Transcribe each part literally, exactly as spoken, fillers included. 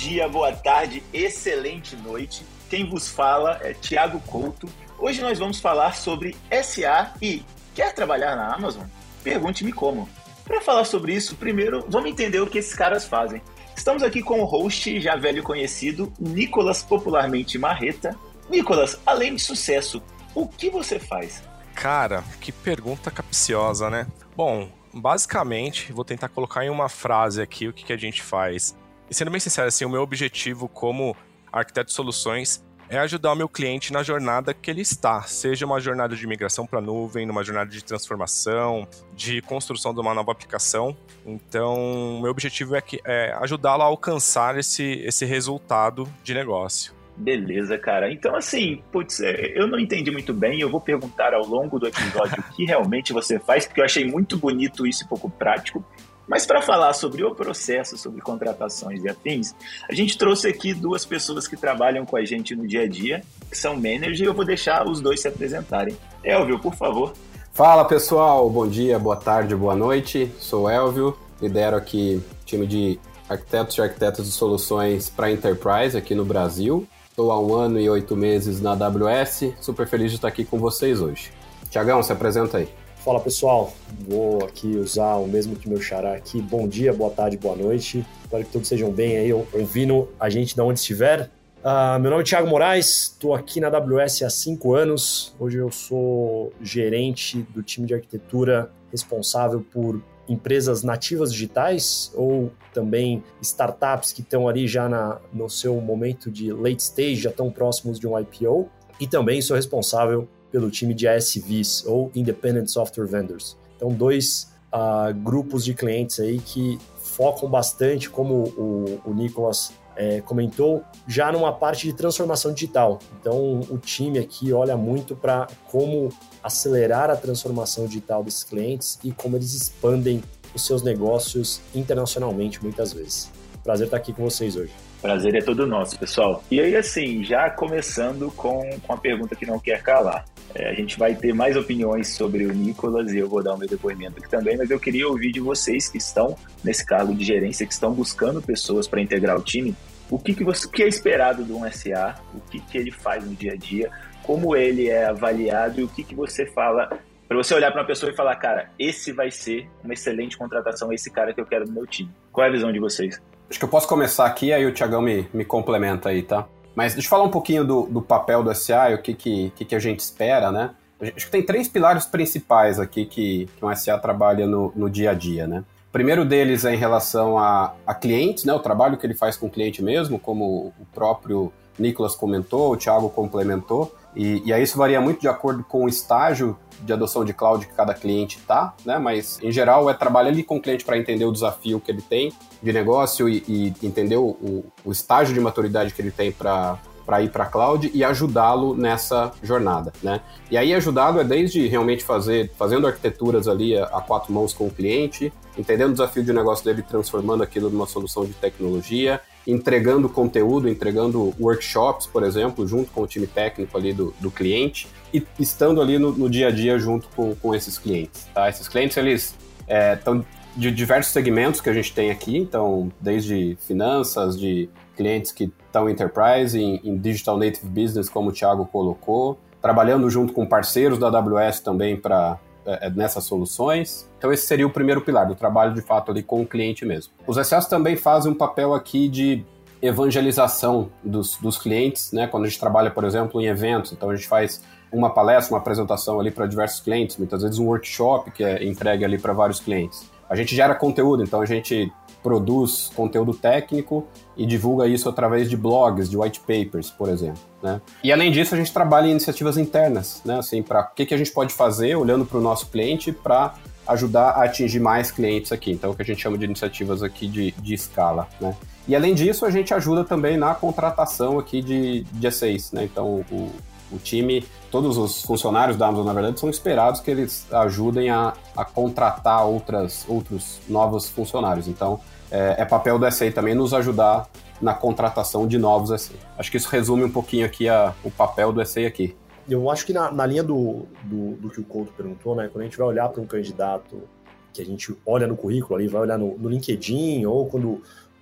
dia, boa tarde, excelente noite. Quem vos fala é Thiago Couto. Hoje nós vamos falar sobre S A e quer trabalhar na Amazon? Pergunte-me como. Para falar sobre isso, primeiro vamos entender o que esses caras fazem. Estamos aqui com o host já velho conhecido, Nicolas, popularmente Marreta. Nicolas, além de sucesso, o que você faz? Cara, que pergunta capciosa, né? Bom, basicamente, vou tentar colocar em uma frase aqui o que, que a gente faz. E sendo bem sincero, assim, o meu objetivo como arquiteto de soluções é ajudar o meu cliente na jornada que ele está, seja uma jornada de migração para a nuvem, numa jornada de transformação, de construção de uma nova aplicação. Então, meu objetivo é, que, é ajudá-lo a alcançar esse, esse resultado de negócio. Beleza, cara. Então, assim, putz, eu não entendi muito bem. Eu vou perguntar ao longo do episódio o que realmente você faz, porque eu achei muito bonito isso e pouco prático. Mas para falar sobre o processo, sobre contratações e afins, a gente trouxe aqui duas pessoas que trabalham com a gente no dia a dia, que são managers, e eu vou deixar os dois se apresentarem. Elvio, por favor. Fala, pessoal. Bom dia, boa tarde, boa noite. Sou o Elvio, lidero aqui o time de arquitetos e arquitetas de soluções para Enterprise aqui no Brasil. Estou há um ano e oito meses na A W S, super feliz de estar aqui com vocês hoje. Tiagão, se apresenta aí. Fala, pessoal, vou aqui usar o mesmo que meu xará aqui. Bom dia, boa tarde, boa noite. Espero que todos sejam bem aí, ouvindo a gente de onde estiver. Uh, meu nome é Thiago Moraes, estou aqui na A W S há cinco anos. Hoje eu sou gerente do time de arquitetura responsável por empresas nativas digitais ou também startups que estão ali já na, no seu momento de late stage, já estão próximos de um I P O. E também sou responsável pelo time de A S Vs, ou Independent Software Vendors. Então, dois uh, grupos de clientes aí que focam bastante, como o, o Nicolas é, comentou, já numa parte de transformação digital. Então, o time aqui olha muito para como acelerar a transformação digital desses clientes e como eles expandem os seus negócios internacionalmente, muitas vezes. Prazer estar aqui com vocês hoje. Prazer é todo nosso, pessoal. E aí, assim, já começando com, com a pergunta que não quer calar. É, a gente vai ter mais opiniões sobre o Nicolas e eu vou dar o meu depoimento aqui também, mas eu queria ouvir de vocês que estão nesse cargo de gerência, que estão buscando pessoas para integrar o time, o que, que, você, o que é esperado de um S A, o que, que ele faz no dia a dia, como ele é avaliado e o que, que você fala, para você olhar para uma pessoa e falar, cara, esse vai ser uma excelente contratação, esse cara que eu quero no meu time. Qual é a visão de vocês? Acho que eu posso começar aqui, aí o Thiagão me, me complementa aí, tá? Mas deixa eu falar um pouquinho do, do papel do S A e o que, que, que a gente espera, né? Acho que tem três pilares principais aqui que, que um S A trabalha no, no dia a dia, né? O primeiro deles é em relação a, a clientes, né? O trabalho que ele faz com o cliente mesmo, como o próprio Nicolas comentou, o Thiago complementou. E, e aí isso varia muito de acordo com o estágio de adoção de cloud que cada cliente está, né? Mas, em geral, é trabalhar ali com o cliente para entender o desafio que ele tem de negócio e, e entender o, o estágio de maturidade que ele tem para para ir para a cloud e ajudá-lo nessa jornada, né? E aí ajudá-lo é desde realmente fazer, fazendo arquiteturas ali a, a quatro mãos com o cliente, entendendo o desafio de negócio dele, transformando aquilo numa solução de tecnologia, entregando conteúdo, entregando workshops, por exemplo, junto com o time técnico ali do, do cliente e estando ali no, no dia a dia junto com, com esses clientes, tá? Esses clientes, eles estão é, de diversos segmentos que a gente tem aqui, então, desde finanças, de clientes que estão em Enterprise, em, em Digital Native Business, como o Thiago colocou, trabalhando junto com parceiros da A W S também para é, nessas soluções. Então esse seria o primeiro pilar, do trabalho de fato ali com o cliente mesmo. Os S As também fazem um papel aqui de evangelização dos, dos clientes, né? Quando a gente trabalha, por exemplo, em eventos, então a gente faz uma palestra, uma apresentação ali para diversos clientes, muitas vezes um workshop que é entregue ali para vários clientes. A gente gera conteúdo, então a gente produz conteúdo técnico e divulga isso através de blogs, de white papers, por exemplo, né? E além disso, a gente trabalha em iniciativas internas, né? Assim, para o que, que a gente pode fazer, olhando para o nosso cliente, para ajudar a atingir mais clientes aqui. Então, o que a gente chama de iniciativas aqui de, de escala, né? E além disso, a gente ajuda também na contratação aqui de, de S As, né? Então, o, o time, todos os funcionários da Amazon, na verdade, são esperados que eles ajudem a, a contratar outras, outros novos funcionários. Então, é, é papel do S A também nos ajudar na contratação de novos S A. Acho que isso resume um pouquinho aqui a, o papel do S A aqui. Eu acho que na, na linha do, do, do que o Couto perguntou, né, quando a gente vai olhar para um candidato que a gente olha no currículo ali, vai olhar no, no LinkedIn, ou quando o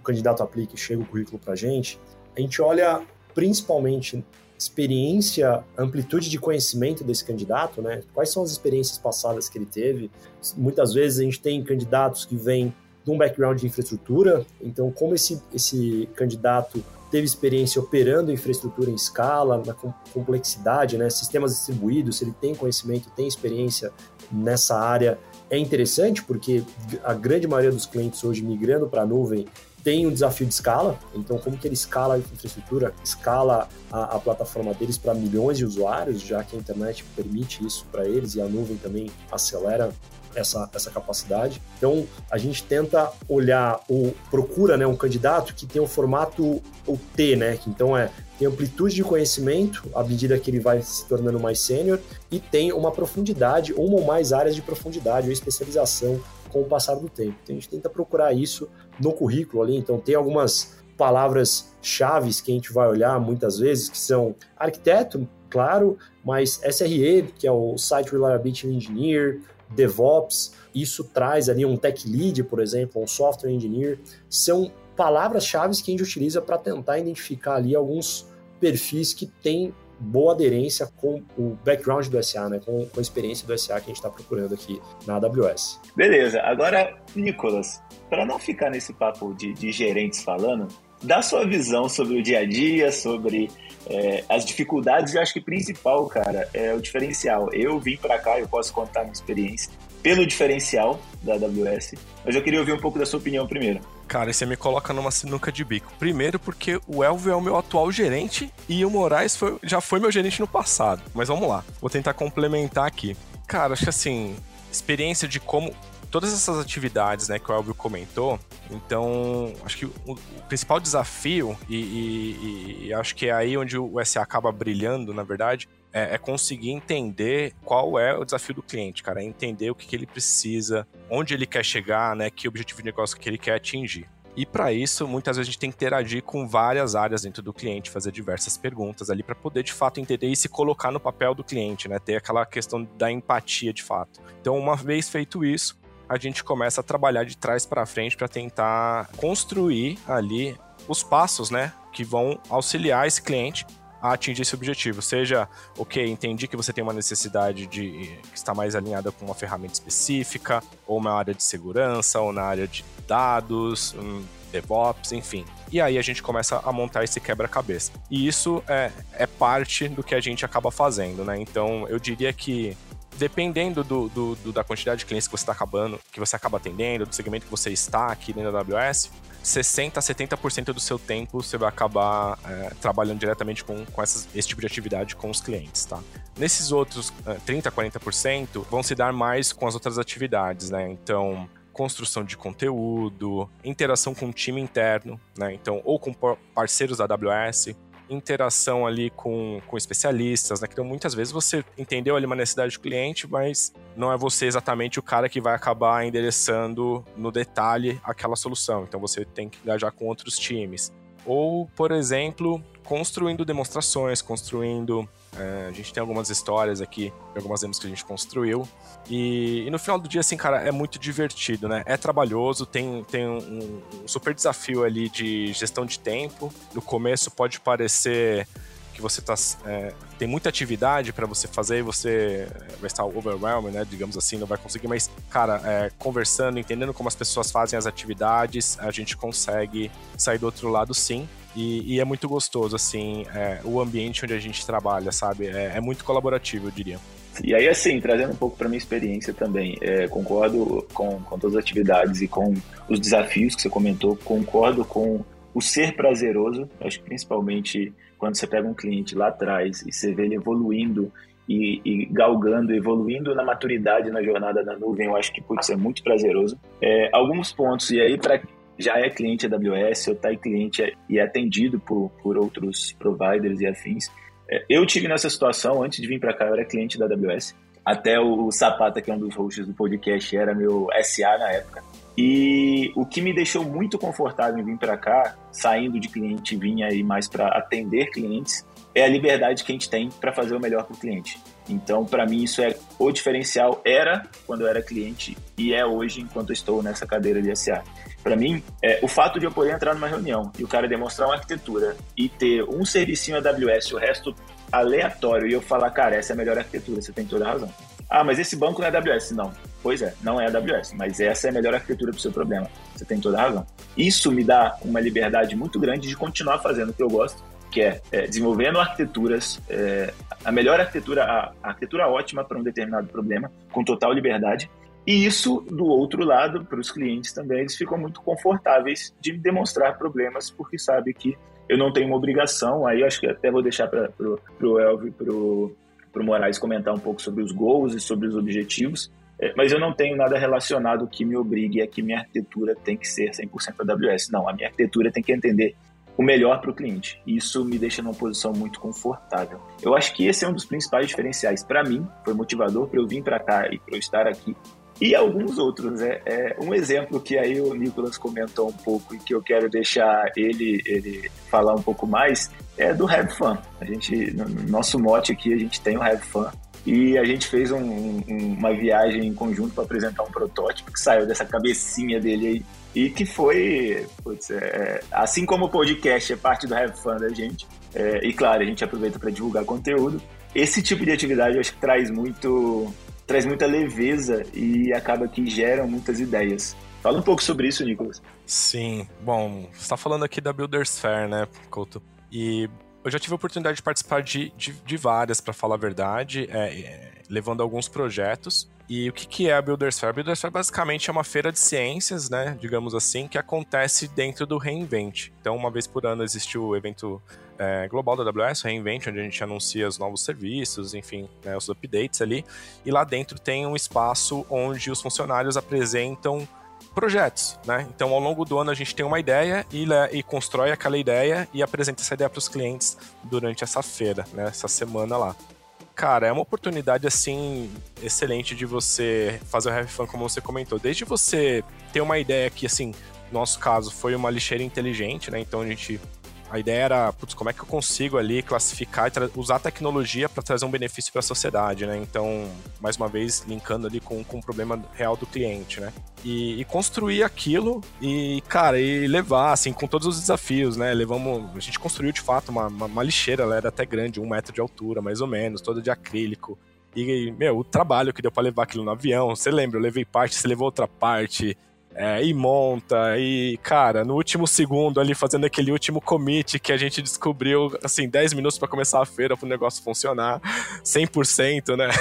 candidato aplica e chega o currículo para a gente, a gente olha principalmente experiência, amplitude de conhecimento desse candidato, né? Quais são as experiências passadas que ele teve. Muitas vezes a gente tem candidatos que vêm de um background de infraestrutura, então como esse, esse candidato teve experiência operando infraestrutura em escala, na complexidade, né? Sistemas distribuídos, se ele tem conhecimento, tem experiência nessa área, é interessante, porque a grande maioria dos clientes hoje migrando para a nuvem tem um desafio de escala, então como que ele escala a infraestrutura, escala a, a plataforma deles para milhões de usuários, já que a internet permite isso para eles e a nuvem também acelera essa, essa capacidade. Então a gente tenta olhar, ou procura, né, um candidato que tem o formato o T, né, que então é, tem amplitude de conhecimento à medida que ele vai se tornando mais sênior e tem uma profundidade, uma ou mais áreas de profundidade ou especialização com o passar do tempo. Então a gente tenta procurar isso no currículo ali, então tem algumas palavras-chave que a gente vai olhar muitas vezes, que são arquiteto, claro, mas S R E, que é o Site Reliability Engineer, DevOps, isso traz ali um Tech Lead, por exemplo, um Software Engineer, são palavras-chave que a gente utiliza para tentar identificar ali alguns perfis que têm boa aderência com o background do S A, né? com, com a experiência do S A que a gente está procurando aqui na A W S. Beleza. Agora, Nicolas, para não ficar nesse papo de, de gerentes falando, dá sua visão sobre o dia a dia, sobre é, as dificuldades, e acho que o principal, cara, é o diferencial. Eu vim para cá, eu posso contar a minha experiência pelo diferencial da A W S, mas eu queria ouvir um pouco da sua opinião primeiro. Cara, você me coloca numa sinuca de bico. Primeiro porque o Elvio é o meu atual gerente e o Moraes foi, já foi meu gerente no passado. Mas vamos lá, vou tentar complementar aqui. Cara, acho que assim, experiência de como... Todas essas atividades, né, que o Elvio comentou, então, acho que o, o principal desafio, e, e, e acho que é aí onde o S A acaba brilhando, na verdade, é, é conseguir entender qual é o desafio do cliente, cara, é entender o que, que ele precisa, onde ele quer chegar, né, que objetivo de negócio que ele quer atingir. E para isso, muitas vezes a gente tem que interagir com várias áreas dentro do cliente, fazer diversas perguntas ali para poder de fato entender e se colocar no papel do cliente, né, ter aquela questão da empatia de fato. Então, uma vez feito isso, a gente começa a trabalhar de trás para frente para tentar construir ali os passos, né, que vão auxiliar esse cliente a atingir esse objetivo. Seja, ok, entendi que você tem uma necessidade de que está mais alinhada com uma ferramenta específica, ou uma área de segurança, ou na área de dados, um DevOps, enfim. E aí a gente começa a montar esse quebra-cabeça. E isso é, é parte do que a gente acaba fazendo, né? Então, eu diria que dependendo do, do, do, da quantidade de clientes que você está acabando, que você acaba atendendo, do segmento que você está aqui dentro da A W S, sessenta a setenta por cento do seu tempo você vai acabar é, trabalhando diretamente com, com essas, esse tipo de atividade com os clientes, tá? Nesses outros é, trinta a quarenta por cento vão se dar mais com as outras atividades, né? Então, construção de conteúdo, interação com o time interno, né? Então, ou com parceiros da A W S, interação ali com, com especialistas, né? Então, muitas vezes você entendeu ali uma necessidade do cliente, mas não é você exatamente o cara que vai acabar endereçando no detalhe aquela solução. Então, você tem que engajar com outros times. Ou, por exemplo, construindo demonstrações, construindo... É, a gente tem algumas histórias aqui, algumas demos que a gente construiu. E, e no final do dia, assim, cara, é muito divertido, né? É trabalhoso, tem, tem um, um super desafio ali de gestão de tempo. No começo pode parecer que você tá, é, tem muita atividade para você fazer e você vai estar overwhelmed, né? Digamos assim, não vai conseguir. Mas, cara, é, conversando, entendendo como as pessoas fazem as atividades, a gente consegue sair do outro lado, sim. E, e é muito gostoso, assim, é, o ambiente onde a gente trabalha, sabe? É, é muito colaborativo, eu diria. E aí, assim, trazendo um pouco para minha experiência também, é, concordo com, com todas as atividades e com os desafios que você comentou, concordo com o ser prazeroso, acho que principalmente quando você pega um cliente lá atrás e você vê ele evoluindo e, e galgando, evoluindo na maturidade na jornada da nuvem, eu acho que, putz, é muito prazeroso. É, alguns pontos, e aí para já é cliente da A W S ou está cliente e é atendido por, por outros providers e afins. Eu tive nessa situação, antes de vir para cá, eu era cliente da A W S. Até o Sapata, que é um dos hosts do podcast, era meu S A na época. E o que me deixou muito confortável em vir para cá, saindo de cliente e vir aí mais para atender clientes, é a liberdade que a gente tem para fazer o melhor para o cliente. Então, para mim, isso é o diferencial. Era quando eu era cliente e é hoje enquanto eu estou nessa cadeira de S A. Para mim, é, o fato de eu poder entrar numa reunião e o cara demonstrar uma arquitetura e ter um servicinho A W S, o resto aleatório, e eu falar, cara, essa é a melhor arquitetura, você tem toda a razão. Ah, mas esse banco não é A W S. Não. Pois é, não é A W S, mas essa é a melhor arquitetura para o seu problema. Você tem toda a razão. Isso me dá uma liberdade muito grande de continuar fazendo o que eu gosto, que é, é desenvolvendo arquiteturas, é, a melhor arquitetura, a, a arquitetura ótima para um determinado problema, com total liberdade. E isso, do outro lado, para os clientes também, eles ficam muito confortáveis de demonstrar problemas, porque sabe que eu não tenho uma obrigação. Aí eu acho que até vou deixar para o Elvio e para o Moraes comentar um pouco sobre os goals e sobre os objetivos, é, mas eu não tenho nada relacionado que me obrigue a que minha arquitetura tem que ser cem por cento A W S. Não, a minha arquitetura tem que entender o melhor para o cliente. Isso me deixa numa posição muito confortável. Eu acho que esse é um dos principais diferenciais para mim, foi motivador para eu vir para cá e para eu estar aqui. E alguns outros, né? É, um exemplo que aí o Nicolas comentou um pouco e que eu quero deixar ele, ele falar um pouco mais é do Have Fun. A gente, no nosso mote aqui, a gente tem o Have Fun e a gente fez um, um, uma viagem em conjunto para apresentar um protótipo que saiu dessa cabecinha dele aí e que foi, putz, é, assim como o podcast é parte do Have Fun da gente, é, e claro, a gente aproveita para divulgar conteúdo, esse tipo de atividade eu acho que traz muito... traz muita leveza e acaba que geram muitas ideias. Fala um pouco sobre isso, Nicolas. Sim, bom, você está falando aqui da Builders Fair, né, Couto? E eu já tive a oportunidade de participar de, de, de várias, para falar a verdade, é, é, levando alguns projetos. E o que, que é a Builders Fair? A Builders Fair basicamente é uma feira de ciências, né, digamos assim, que acontece dentro do reInvent. Então, uma vez por ano existe o evento é, global da A W S, o reInvent, onde a gente anuncia os novos serviços, enfim, né, os updates ali. E lá dentro tem um espaço onde os funcionários apresentam projetos, né? Então, ao longo do ano a gente tem uma ideia e, e constrói aquela ideia e apresenta essa ideia para os clientes durante essa feira, né, essa semana lá. Cara, é uma oportunidade, assim, excelente de você fazer o Have Fun, como você comentou. Desde você ter uma ideia que, assim, no nosso caso, foi uma lixeira inteligente, né? Então, a gente... A ideia era, putz, como é que eu consigo ali classificar e usar a tecnologia para trazer um benefício para a sociedade, né? Então, mais uma vez, linkando ali com, com o problema real do cliente, né? E, e construir aquilo e, cara, e levar, assim, com todos os desafios, né? Levamos... A gente construiu, de fato, uma, uma, uma lixeira, ela era até grande, um metro de altura, mais ou menos, toda de acrílico. E, meu, o trabalho que deu para levar aquilo no avião, você lembra? Eu levei parte, você levou outra parte... É, e monta, e, cara, no último segundo ali, fazendo aquele último commit que a gente descobriu, assim, dez minutos pra começar a feira pro negócio funcionar, cem por cento, né?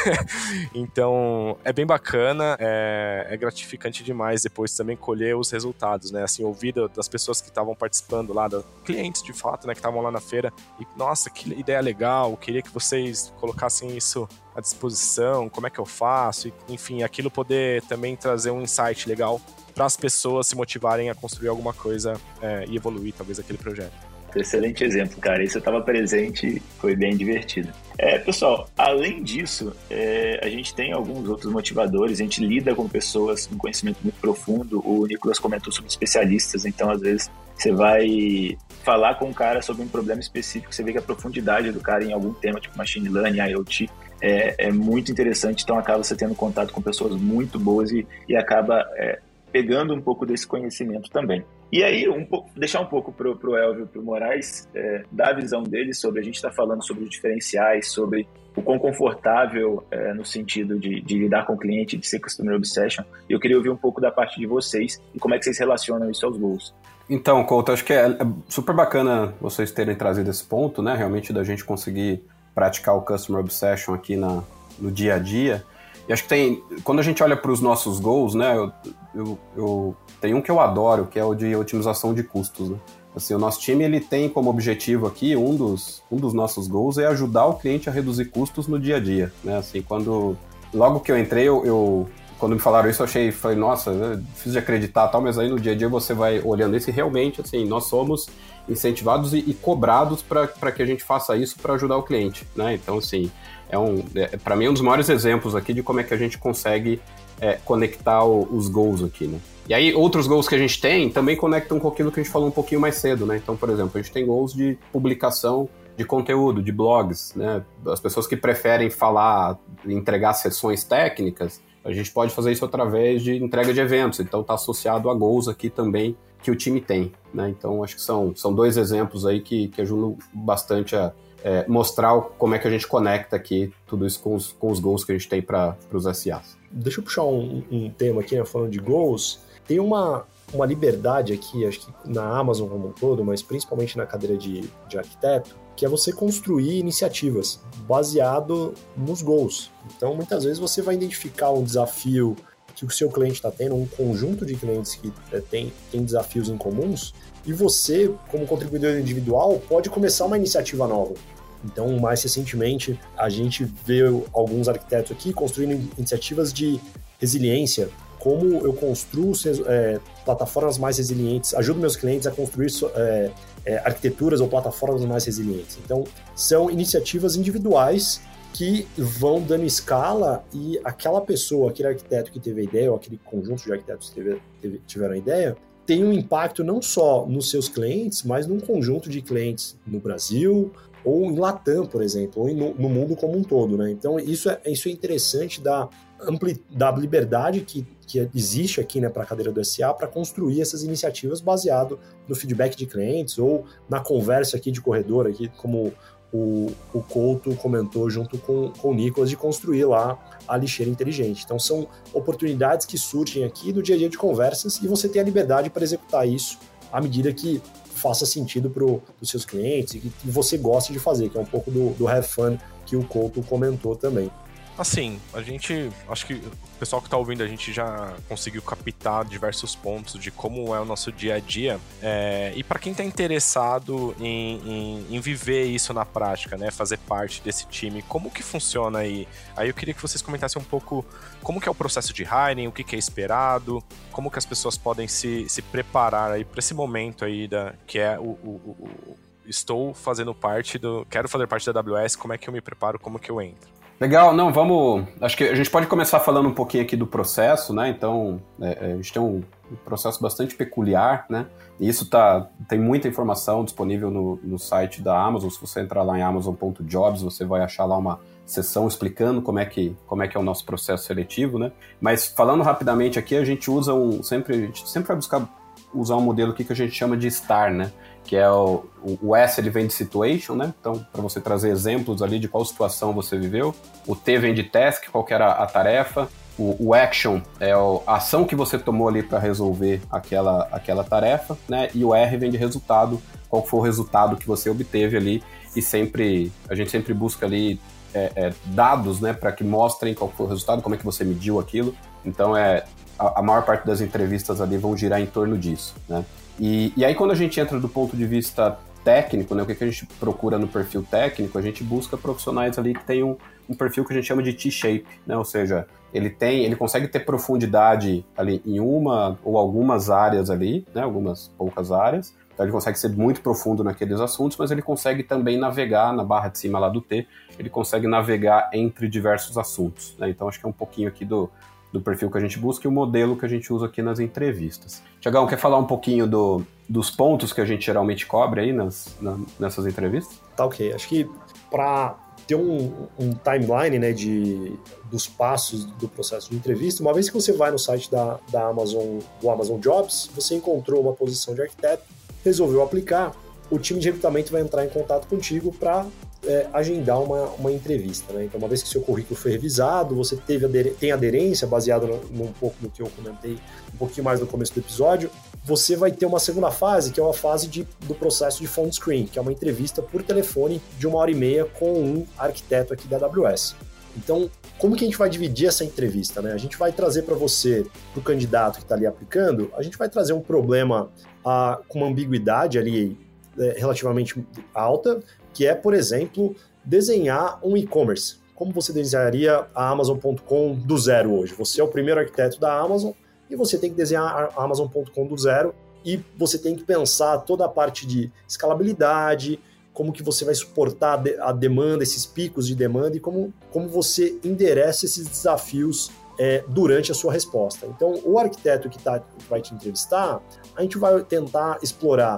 Então, é bem bacana, é, é gratificante demais depois também colher os resultados, né? Assim, ouvir das pessoas que estavam participando lá, da, clientes de fato, né, que estavam lá na feira, e, nossa, que ideia legal, queria que vocês colocassem isso à disposição, como é que eu faço, e, enfim, aquilo poder também trazer um insight legal para as pessoas se motivarem a construir alguma coisa é, e evoluir, talvez, aquele projeto. Excelente exemplo, cara. Isso eu estava presente e foi bem divertido. É, pessoal, além disso, é, a gente tem alguns outros motivadores, a gente lida com pessoas com conhecimento muito profundo. O Nicolas comentou sobre especialistas, então, às vezes, você vai falar com um cara sobre um problema específico, você vê que a profundidade do cara em algum tema, tipo machine learning, IoT, é, é muito interessante, então acaba você tendo contato com pessoas muito boas e, e acaba... É, pegando um pouco desse conhecimento também. E aí, um pouco, deixar um pouco para o Elvio e para o Moraes, é, dar a visão deles sobre, a gente está falando sobre os diferenciais, sobre o quão confortável é, no sentido de, de lidar com o cliente, de ser Customer Obsession. E eu queria ouvir um pouco da parte de vocês e como é que vocês relacionam isso aos goals. Então, Couto, acho que é, é super bacana vocês terem trazido esse ponto, né? Realmente da gente conseguir praticar o Customer Obsession aqui na, no dia a dia. E acho que tem, quando a gente olha para os nossos goals, né, eu, eu, eu, tem um que eu adoro, que é o de otimização de custos, né? Assim, o nosso time, ele tem como objetivo aqui, um dos, um dos nossos goals é ajudar o cliente a reduzir custos no dia a dia, né? Assim, quando, logo que eu entrei, eu, eu quando me falaram isso, eu achei, falei, nossa, é difícil de acreditar, tal, mas aí no dia a dia você vai olhando isso e realmente, assim, nós somos incentivados e, e cobrados para que a gente faça isso para ajudar o cliente, né? Então, assim, é um, é, para mim, é um dos maiores exemplos aqui de como é que a gente consegue é, conectar o, os goals aqui, né? E aí, outros goals que a gente tem também conectam com aquilo que a gente falou um pouquinho mais cedo, né? Então, por exemplo, a gente tem goals de publicação de conteúdo, de blogs, né? As pessoas que preferem falar, entregar sessões técnicas, a gente pode fazer isso através de entrega de eventos, então está associado a goals aqui também que o time tem, né? Então acho que são, são dois exemplos aí que, que ajudam bastante a é, mostrar como é que a gente conecta aqui tudo isso com os, com os goals que a gente tem para os S As. Deixa eu puxar um, um tema aqui, né, falando de goals. Tem uma, uma liberdade aqui, acho que na Amazon como um todo, mas principalmente na cadeira de, de arquiteto, que é você construir iniciativas baseado nos goals. Então, muitas vezes você vai identificar um desafio que o seu cliente está tendo, um conjunto de clientes que é, tem, tem desafios em comuns, e você, como contribuidor individual, pode começar uma iniciativa nova. Então, mais recentemente, a gente vê alguns arquitetos aqui construindo iniciativas de resiliência, como eu construo é, plataformas mais resilientes, ajudo meus clientes a construir é, é, arquiteturas ou plataformas mais resilientes. Então, são iniciativas individuais que vão dando escala e aquela pessoa, aquele arquiteto que teve a ideia, ou aquele conjunto de arquitetos que teve, teve, tiveram a ideia, tem um impacto não só nos seus clientes, mas num conjunto de clientes no Brasil, ou em Latam, por exemplo, ou no, no mundo como um todo, né? Então, isso é, isso é interessante da, ampli, da liberdade que, que existe aqui, né, para a cadeira do S A para construir essas iniciativas baseado no feedback de clientes ou na conversa aqui de corredor, aqui, como o, o Couto comentou junto com, com o Nicolas, de construir lá a lixeira inteligente. Então, são oportunidades que surgem aqui no dia a dia de conversas e você tem a liberdade para executar isso à medida que faça sentido para os seus clientes e que você goste de fazer, que é um pouco do, do have fun que o Couto comentou também. Assim, a gente, acho que o pessoal que está ouvindo, a gente já conseguiu captar diversos pontos de como é o nosso dia a dia, é, e para quem está interessado em, em, em viver isso na prática, né, fazer parte desse time, como que funciona aí? Aí eu queria que vocês comentassem um pouco como que é o processo de hiring, o que, que é esperado, como que as pessoas podem se, se preparar aí para esse momento aí, da, que é o, o, o, o estou fazendo parte do, quero fazer parte da A W S, como é que eu me preparo, como que eu entro? Legal, não, vamos... Acho que a gente pode começar falando um pouquinho aqui do processo, né? Então, é, a gente tem um, um processo bastante peculiar, né? E isso tá, tem muita informação disponível no, no site da Amazon. Se você entrar lá em amazon ponto jobs, você vai achar lá uma seção explicando como é que, como é, que é o nosso processo seletivo, né? Mas falando rapidamente aqui, a gente usa um... Sempre, a gente sempre vai buscar usar um modelo aqui que a gente chama de STAR, né? Que é o, o S, ele vem de situation, né? Então, para você trazer exemplos ali de qual situação você viveu. O T vem de task, qual que era a tarefa. O, o action é a ação que você tomou ali para resolver aquela, aquela tarefa, né? E o R vem de resultado, qual foi o resultado que você obteve ali. E sempre, a gente sempre busca ali é, é, dados, né? Para que mostrem qual foi o resultado, como é que você mediu aquilo. Então, é, a, a maior parte das entrevistas ali vão girar em torno disso, né? E, e aí, quando a gente entra do ponto de vista técnico, né, o que, que a gente procura no perfil técnico, a gente busca profissionais ali que tenham um, um perfil que a gente chama de T-shape, né, ou seja, ele tem, ele consegue ter profundidade ali em uma ou algumas áreas ali, né, algumas poucas áreas, então ele consegue ser muito profundo naqueles assuntos, mas ele consegue também navegar na barra de cima lá do T, ele consegue navegar entre diversos assuntos, né, então acho que é um pouquinho aqui do do perfil que a gente busca e o modelo que a gente usa aqui nas entrevistas. Tiagão, quer falar um pouquinho do, dos pontos que a gente geralmente cobre aí nas, na, nessas entrevistas? Tá, ok. Acho que para ter um, um timeline, né, de, dos passos do processo de entrevista, uma vez que você vai no site da, da Amazon, do Amazon Jobs, você encontrou uma posição de arquiteto, resolveu aplicar, o time de recrutamento vai entrar em contato contigo para É, agendar uma, uma entrevista, né? Então, uma vez que seu currículo foi revisado, você teve ader- tem aderência, baseado no, no, um pouco do que eu comentei um pouquinho mais no começo do episódio, você vai ter uma segunda fase, que é uma fase de, do processo de phone screen, que é uma entrevista por telefone de uma hora e meia com um arquiteto aqui da A W S. Então, como que a gente vai dividir essa entrevista, né? A gente vai trazer para você, para o candidato que está ali aplicando, a gente vai trazer um problema ah, com uma ambiguidade ali é, relativamente alta, que é, por exemplo, desenhar um e-commerce. Como você desenharia a amazon ponto com do zero hoje? Você é o primeiro arquiteto da Amazon e você tem que desenhar a amazon ponto com do zero e você tem que pensar toda a parte de escalabilidade, como que você vai suportar a demanda, esses picos de demanda e como, como você endereça esses desafios é, durante a sua resposta. Então, o arquiteto que, tá, que vai te entrevistar, a gente vai tentar explorar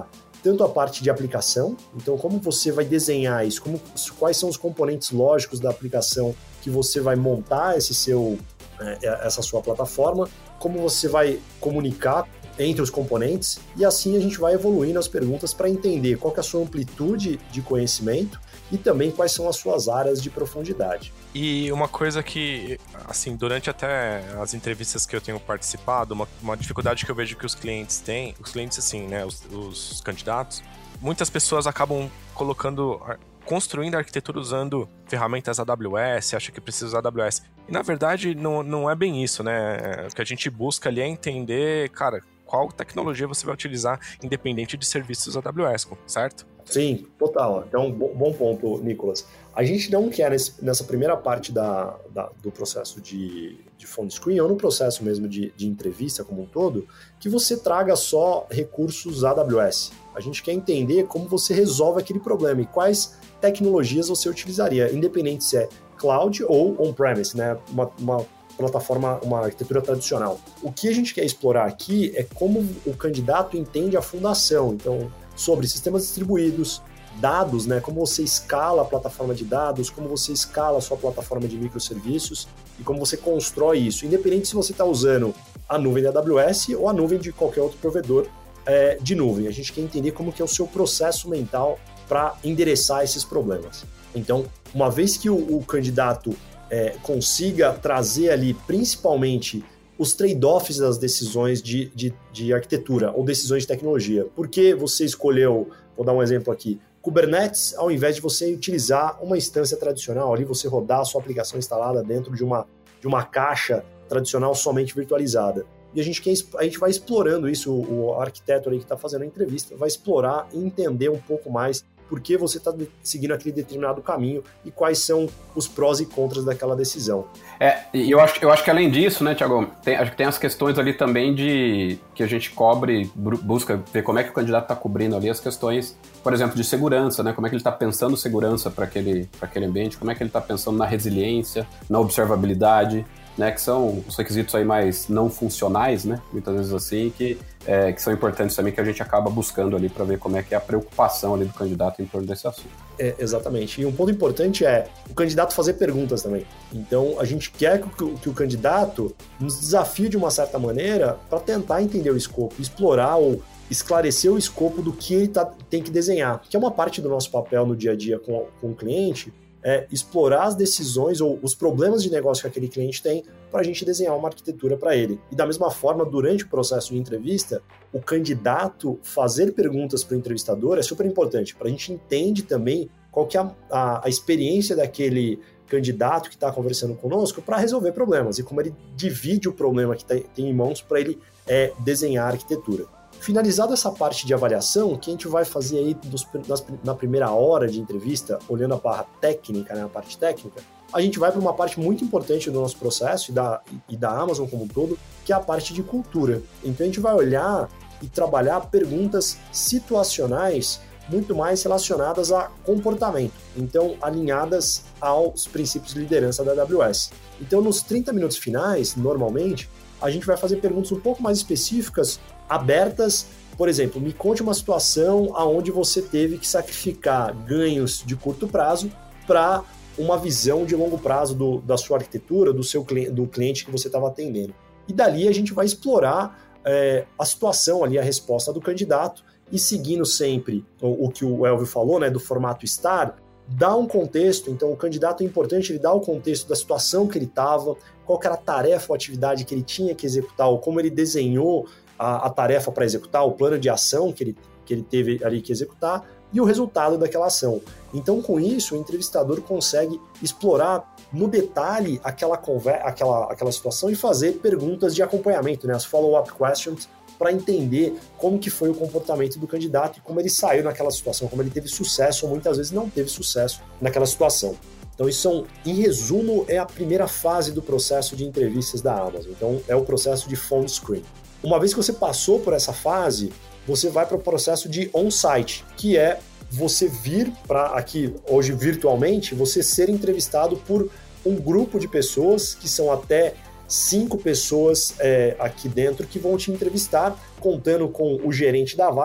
tanto a parte de aplicação, então como você vai desenhar isso, como, quais são os componentes lógicos da aplicação que você vai montar esse seu, essa sua plataforma, como você vai comunicar entre os componentes, e assim a gente vai evoluindo as perguntas para entender qual que é a sua amplitude de conhecimento e também quais são as suas áreas de profundidade. E uma coisa que, assim, durante até as entrevistas que eu tenho participado, uma, uma dificuldade que eu vejo que os clientes têm, os clientes assim, né, os, os candidatos, muitas pessoas acabam colocando, construindo a arquitetura usando ferramentas A W S, acha que precisa usar A W S. E na verdade não, não é bem isso, né? O que a gente busca ali é entender, cara, qual tecnologia você vai utilizar independente de serviços A W S, certo? Sim, total. Então, bom ponto, Nicolas. A gente não quer, nesse, nessa primeira parte da, da, do processo de, de phone screen, ou no processo mesmo de, de entrevista como um todo, que você traga só recursos A W S. A gente quer entender como você resolve aquele problema e quais tecnologias você utilizaria, independente se é cloud ou on-premise, né? Uma, uma plataforma, uma arquitetura tradicional. O que a gente quer explorar aqui é como o candidato entende a fundação, então, sobre sistemas distribuídos, dados, né? Como você escala a plataforma de dados, como você escala a sua plataforma de microserviços e como você constrói isso, independente se você está usando a nuvem da A W S ou a nuvem de qualquer outro provedor é, de nuvem. A gente quer entender como que é o seu processo mental para endereçar esses problemas. Então, uma vez que o, o candidato é, consiga trazer ali, principalmente, os trade-offs das decisões de, de, de arquitetura ou decisões de tecnologia. Por que você escolheu, vou dar um exemplo aqui, Kubernetes, ao invés de você utilizar uma instância tradicional, ali você rodar a sua aplicação instalada dentro de uma, de uma caixa tradicional somente virtualizada. E a gente, quer, a gente vai explorando isso, o, o arquiteto ali que está fazendo a entrevista vai explorar e entender um pouco mais por que você está seguindo aquele determinado caminho e quais são os prós e contras daquela decisão. É, e eu acho, eu acho que além disso, né, Thiago, tem, acho que tem as questões ali também de que a gente cobre, busca ver como é que o candidato está cobrindo ali as questões, por exemplo, de segurança, né, como é que ele está pensando segurança para aquele, para aquele ambiente, como é que ele está pensando na resiliência, na observabilidade, né, que são os requisitos aí mais não funcionais, né, muitas vezes assim, que, é, que são importantes também, que a gente acaba buscando ali para ver como é que é a preocupação ali do candidato em torno desse assunto. É, exatamente. E um ponto importante é o candidato fazer perguntas também. Então, a gente quer que o, que o candidato nos desafie de uma certa maneira para tentar entender o escopo, explorar ou esclarecer o escopo do que ele tá, tem que desenhar, que é uma parte do nosso papel no dia a dia com, com o cliente, é explorar as decisões ou os problemas de negócio que aquele cliente tem para a gente desenhar uma arquitetura para ele. E da mesma forma, durante o processo de entrevista, o candidato fazer perguntas para o entrevistador é super importante, para a gente entender também qual que é a, a, a experiência daquele candidato que está conversando conosco para resolver problemas e como ele divide o problema que tá, tem em mãos para ele é, desenhar a arquitetura. Finalizada essa parte de avaliação, que a gente vai fazer aí dos, nas, na primeira hora de entrevista, olhando a barra técnica, né, a parte técnica, a gente vai para uma parte muito importante do nosso processo e da, e da Amazon como um todo, que é a parte de cultura. Então a gente vai olhar e trabalhar perguntas situacionais muito mais relacionadas a comportamento, então alinhadas aos princípios de liderança da A W S. Então nos trinta minutos finais, normalmente, a gente vai fazer perguntas um pouco mais específicas, abertas. Por exemplo, me conte uma situação onde você teve que sacrificar ganhos de curto prazo para uma visão de longo prazo do, da sua arquitetura, do seu do cliente que você estava atendendo. E dali a gente vai explorar é, a situação ali, a resposta do candidato, e seguindo sempre o, o que o Elvio falou, né, do formato STAR, dá um contexto. Então o candidato é importante ele dar o contexto da situação que ele estava, qual que era a tarefa ou atividade que ele tinha que executar, ou como ele desenhou a, a tarefa para executar, o plano de ação que ele, que ele teve ali que executar, e o resultado daquela ação. Então, com isso, o entrevistador consegue explorar no detalhe aquela, conver- aquela, aquela situação e fazer perguntas de acompanhamento, né, as follow-up questions, para entender como que foi o comportamento do candidato e como ele saiu naquela situação, como ele teve sucesso ou muitas vezes não teve sucesso naquela situação. Então, isso, são, em resumo, é a primeira fase do processo de entrevistas da Amazon. Então, é o processo de phone screen. Uma vez que você passou por essa fase, você vai para o processo de on-site, que é você vir para aqui, hoje virtualmente, você ser entrevistado por um grupo de pessoas, que são até cinco pessoas é, aqui dentro, que vão te entrevistar, contando com o gerente da vaga,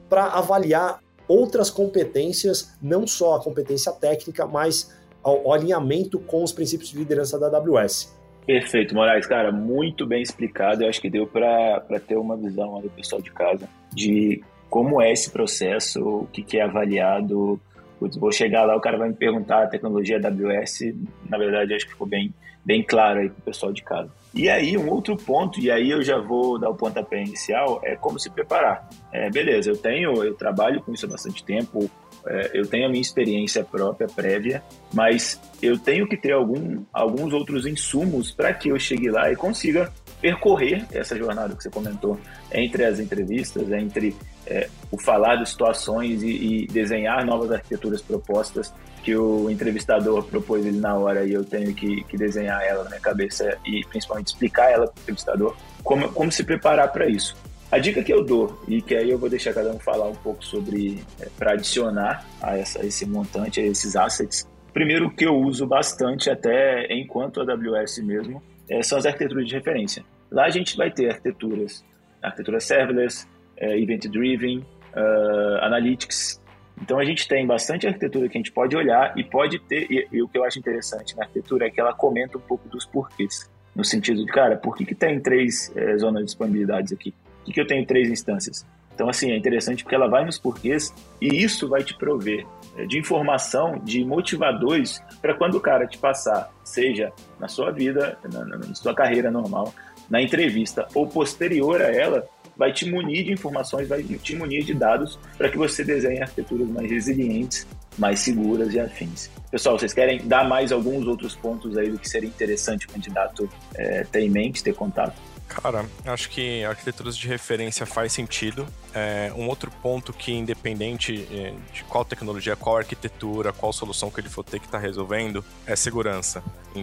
para avaliar outras competências, não só a competência técnica, mas o alinhamento com os princípios de liderança da A W S. Perfeito, Moraes, cara, muito bem explicado. Eu acho que deu para ter uma visão aí do pessoal de casa de como é esse processo, o que, que é avaliado. Putz, vou chegar lá, o cara vai me perguntar a tecnologia A W S. Na verdade, acho que ficou bem, bem claro aí para o pessoal de casa. E aí, um outro ponto, e aí eu já vou dar o pontapé inicial, é como se preparar. É, beleza, eu tenho, eu trabalho com isso há bastante tempo, é, eu tenho a minha experiência própria, prévia, mas eu tenho que ter algum, alguns outros insumos para que eu chegue lá e consiga percorrer essa jornada que você comentou, entre as entrevistas, entre é, o falar de situações e, e desenhar novas arquiteturas propostas que o entrevistador propôs ele na hora e eu tenho que, que desenhar ela na minha cabeça e principalmente explicar ela para o entrevistador, como, como se preparar para isso. A dica que eu dou, e que aí eu vou deixar cada um falar um pouco sobre, é, para adicionar a, essa, a esse montante, a esses assets, primeiro que eu uso bastante até enquanto A W S mesmo, é, são as arquiteturas de referência. Lá a gente vai ter arquiteturas, arquitetura serverless, é, event-driven, uh, analytics. Então a gente tem bastante arquitetura que a gente pode olhar e pode ter, e, e o que eu acho interessante na arquitetura é que ela comenta um pouco dos porquês, no sentido de, cara, por que que tem três é, zonas de disponibilidades aqui? Por que que eu tenho três instâncias? Então assim, é interessante porque ela vai nos porquês e isso vai te prover é, de informação, de motivadores para quando o cara te passar, seja na sua vida, na, na, na sua carreira normal, na entrevista ou posterior a ela, vai te munir de informações, vai te munir de dados para que você desenhe arquiteturas mais resilientes, mais seguras e afins. Pessoal, vocês querem dar mais alguns outros pontos aí do que seria interessante o candidato é, ter em mente, ter contato? Cara, acho que arquiteturas de referência faz sentido. É, um outro ponto que, independente de qual tecnologia, qual arquitetura, qual solução que ele for ter que estar tá resolvendo, é segurança.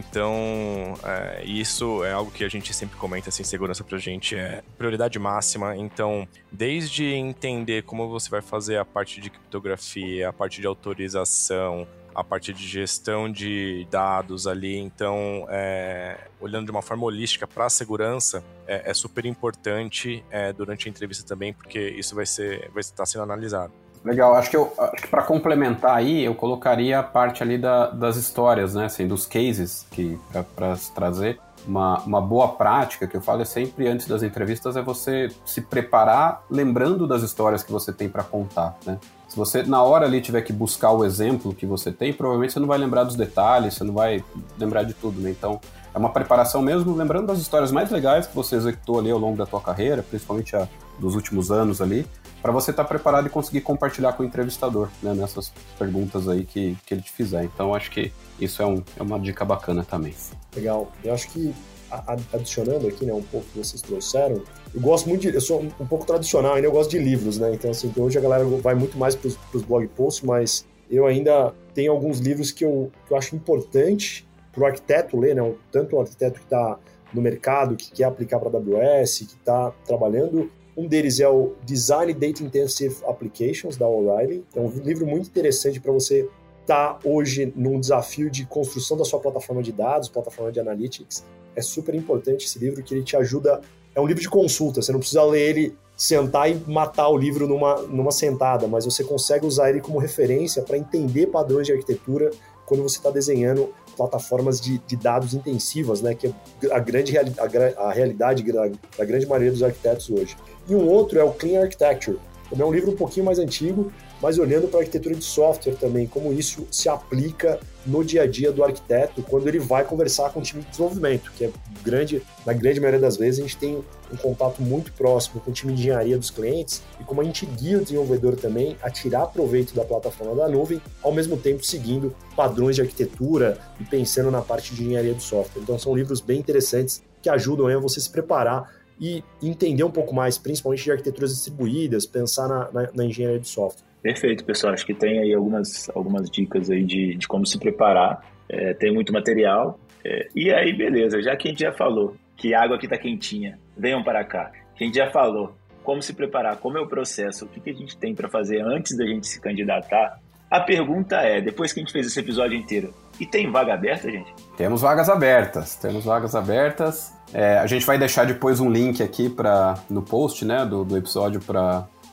Então, é, isso é algo que a gente sempre comenta, assim, segurança pra gente é prioridade máxima. Então, desde entender como você vai fazer a parte de criptografia, a parte de autorização, a parte de gestão de dados ali, então, é, olhando de uma forma holística para a segurança, é, é super importante é, durante a entrevista também, porque isso vai ser, vai estar sendo analisado. Legal, acho que, eu, acho que para complementar aí, eu colocaria a parte ali da, das histórias, né, assim, dos cases, que para se trazer. Uma, uma boa prática que eu falo é sempre antes das entrevistas é você se preparar lembrando das histórias que você tem para contar, né? Se você na hora ali tiver que buscar o exemplo que você tem, provavelmente você não vai lembrar dos detalhes, você não vai lembrar de tudo, né? Então é uma preparação mesmo, lembrando das histórias mais legais que você executou ali ao longo da tua carreira, principalmente a, dos últimos anos ali, para você estar tá preparado e conseguir compartilhar com o entrevistador, né, nessas perguntas aí que, que ele te fizer. Então acho que isso é, um, é uma dica bacana também. Legal. Eu acho que, adicionando aqui, né, um pouco que vocês trouxeram, eu gosto muito de, eu sou um pouco tradicional ainda, eu gosto de livros, né, então assim, hoje a galera vai muito mais para os blog posts, mas eu ainda tenho alguns livros que eu, que eu acho importante para o arquiteto ler, né, tanto o arquiteto que está no mercado, que quer aplicar para a W S, que está trabalhando. Um deles é o Design Data Intensive Applications, da O'Reilly. É um livro muito interessante para você estar tá hoje num desafio de construção da sua plataforma de dados, plataforma de analytics. É super importante esse livro, que ele te ajuda. É um livro de consulta, você não precisa ler ele, sentar e matar o livro numa, numa sentada, mas você consegue usar ele como referência para entender padrões de arquitetura quando você está desenhando plataformas de, de dados intensivas, né, que é a, grande, a, a realidade da, da grande maioria dos arquitetos hoje. E um outro é o Clean Architecture, também é um livro um pouquinho mais antigo, mas olhando para a arquitetura de software também, como isso se aplica no dia a dia do arquiteto quando ele vai conversar com o time de desenvolvimento, que é grande, na grande maioria das vezes a gente tem um contato muito próximo com o time de engenharia dos clientes e como a gente guia o desenvolvedor também a tirar proveito da plataforma da nuvem, ao mesmo tempo seguindo padrões de arquitetura e pensando na parte de engenharia do software. Então são livros bem interessantes que ajudam a você se preparar e entender um pouco mais, principalmente de arquiteturas distribuídas, pensar na, na, na engenharia de software. Perfeito, pessoal. Acho que tem aí algumas, algumas dicas aí de, de como se preparar. É, tem muito material. É, e aí, beleza. Já que a gente já falou que a água aqui tá quentinha, venham para cá. Que a gente já falou como se preparar, como é o processo, o que, que a gente tem para fazer antes da gente se candidatar. A pergunta é, depois que a gente fez esse episódio inteiro, e tem vaga aberta, gente? Temos vagas abertas. Temos vagas abertas. É, a gente vai deixar depois um link aqui pra, no post, né, do, do episódio para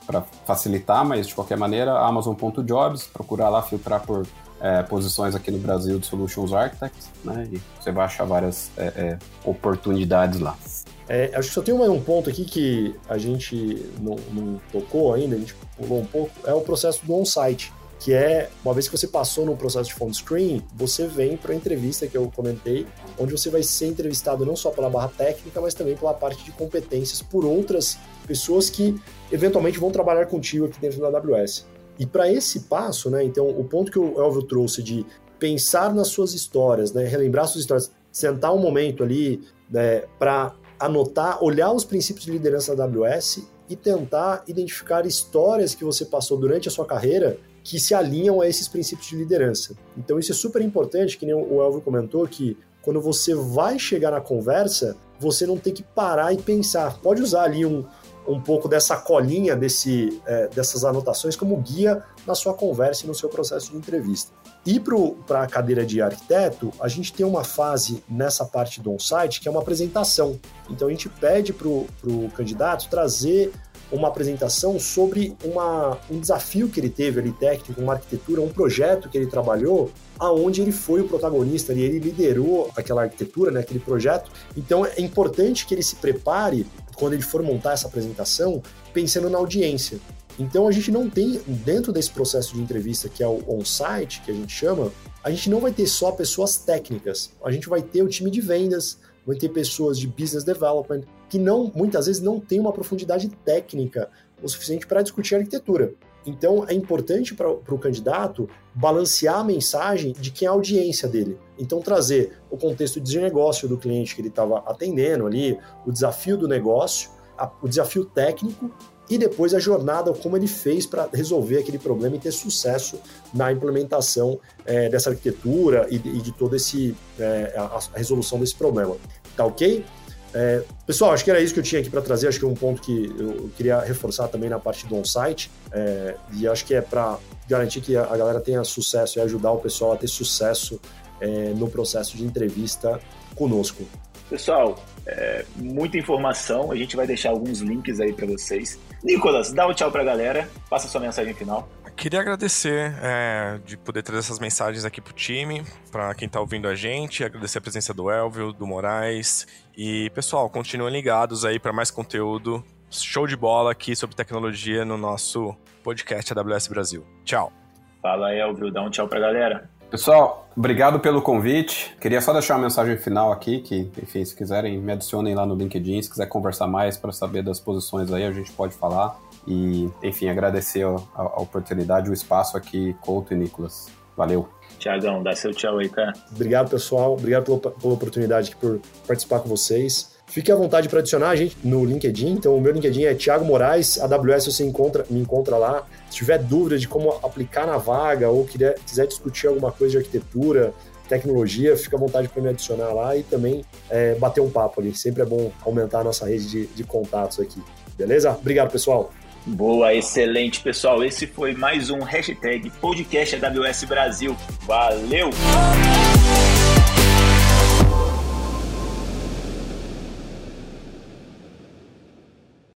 para facilitar, mas de qualquer maneira, amazon ponto jobs, procurar lá, filtrar por é, posições aqui no Brasil de Solutions Architects, né? E você vai achar várias é, é, oportunidades lá. É, acho que só tem um, um ponto aqui que a gente não, não tocou ainda, a gente pulou um pouco, é o processo do on-site, que é, uma vez que você passou no processo de phone screen, você vem para a entrevista que eu comentei, onde você vai ser entrevistado não só pela barra técnica, mas também pela parte de competências por outras pessoas que eventualmente vão trabalhar contigo aqui dentro da A W S. E para esse passo, né, então o ponto que o Elvio trouxe de pensar nas suas histórias, né, relembrar suas histórias, sentar um momento ali, né, para anotar, olhar os princípios de liderança da A W S e tentar identificar histórias que você passou durante a sua carreira que se alinham a esses princípios de liderança. Então isso é super importante, que nem o Elvio comentou, que quando você vai chegar na conversa, você não tem que parar e pensar. Pode usar ali um, um pouco dessa colinha, desse, é, dessas anotações como guia na sua conversa e no seu processo de entrevista. E para a cadeira de arquiteto, a gente tem uma fase nessa parte do on-site que é uma apresentação. Então a gente pede para o candidato trazer uma apresentação sobre uma, um desafio que ele teve ali técnico, uma arquitetura, um projeto que ele trabalhou, aonde ele foi o protagonista, e ele liderou aquela arquitetura, né, aquele projeto. Então é importante que ele se prepare, quando ele for montar essa apresentação, pensando na audiência. Então a gente não tem, dentro desse processo de entrevista, que é o on-site, que a gente chama, a gente não vai ter só pessoas técnicas, a gente vai ter o time de vendas, vai ter pessoas de business development, que não, muitas vezes não tem uma profundidade técnica o suficiente para discutir arquitetura. Então é importante para o candidato balancear a mensagem de quem é a audiência dele. Então trazer o contexto de negócio do cliente que ele estava atendendo ali, o desafio do negócio, a, o desafio técnico e depois a jornada, como ele fez para resolver aquele problema e ter sucesso na implementação é, dessa arquitetura e de, e de toda esse, é, a, a resolução desse problema. Tá ok? É, pessoal, acho que era isso que eu tinha aqui para trazer. Acho que é um ponto que eu queria reforçar também na parte do on-site, é, e acho que é para garantir que a galera tenha sucesso e ajudar o pessoal a ter sucesso é, no processo de entrevista conosco. Pessoal, é, muita informação, a gente vai deixar alguns links aí para vocês. Nicolas, dá um tchau para a galera, passa a sua mensagem final. Queria agradecer é, de poder trazer essas mensagens aqui pro time, para quem tá ouvindo a gente, agradecer a presença do Elvio, do Moraes, e pessoal, continuem ligados aí para mais conteúdo, show de bola aqui sobre tecnologia no nosso podcast A W S Brasil. Tchau. Fala, Elvio, dá um tchau pra galera. Pessoal, obrigado pelo convite. Queria só deixar uma mensagem final aqui, que, enfim, se quiserem, me adicionem lá no LinkedIn, se quiser conversar mais para saber das posições aí, a gente pode falar. E, enfim, agradecer a, a oportunidade, o espaço aqui, Couto e Nicolas. Valeu. Tiagão, dá seu tchau aí, cara. Obrigado, pessoal. Obrigado pela, pela oportunidade aqui por participar com vocês. Fique à vontade para adicionar a gente no LinkedIn. Então, o meu LinkedIn é Thiago Moraes, A W S você encontra, me encontra lá. Se tiver dúvida de como aplicar na vaga ou quiser, quiser discutir alguma coisa de arquitetura, tecnologia, fica à vontade para me adicionar lá e também é, bater um papo ali. Sempre é bom aumentar a nossa rede de, de contatos aqui. Beleza? Obrigado, pessoal. Boa, excelente, pessoal. Esse foi mais um hashtag Podcast A W S Brasil. Valeu!